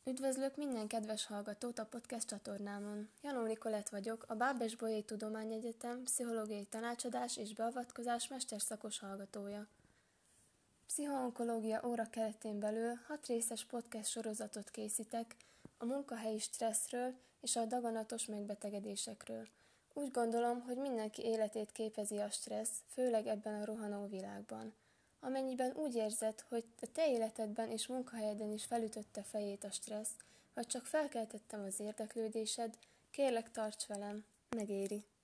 Üdvözlök minden kedves hallgatót a podcast csatornámon. Janó Nikolett vagyok, a Bábes-Bolyai Tudományegyetem pszichológiai tanácsadás és beavatkozás mesterszakos hallgatója. Pszichoonkológia óra keretén belül 6 részes podcast sorozatot készítek a munkahelyi stresszről és a daganatos megbetegedésekről. Úgy gondolom, hogy mindenki életét képezi a stressz, főleg ebben a rohanó világban. Amennyiben úgy érzed, hogy a te életedben és munkahelyeden is felütötte fejét a stressz, vagy csak felkeltettem az érdeklődésed, kérlek tarts velem, megéri.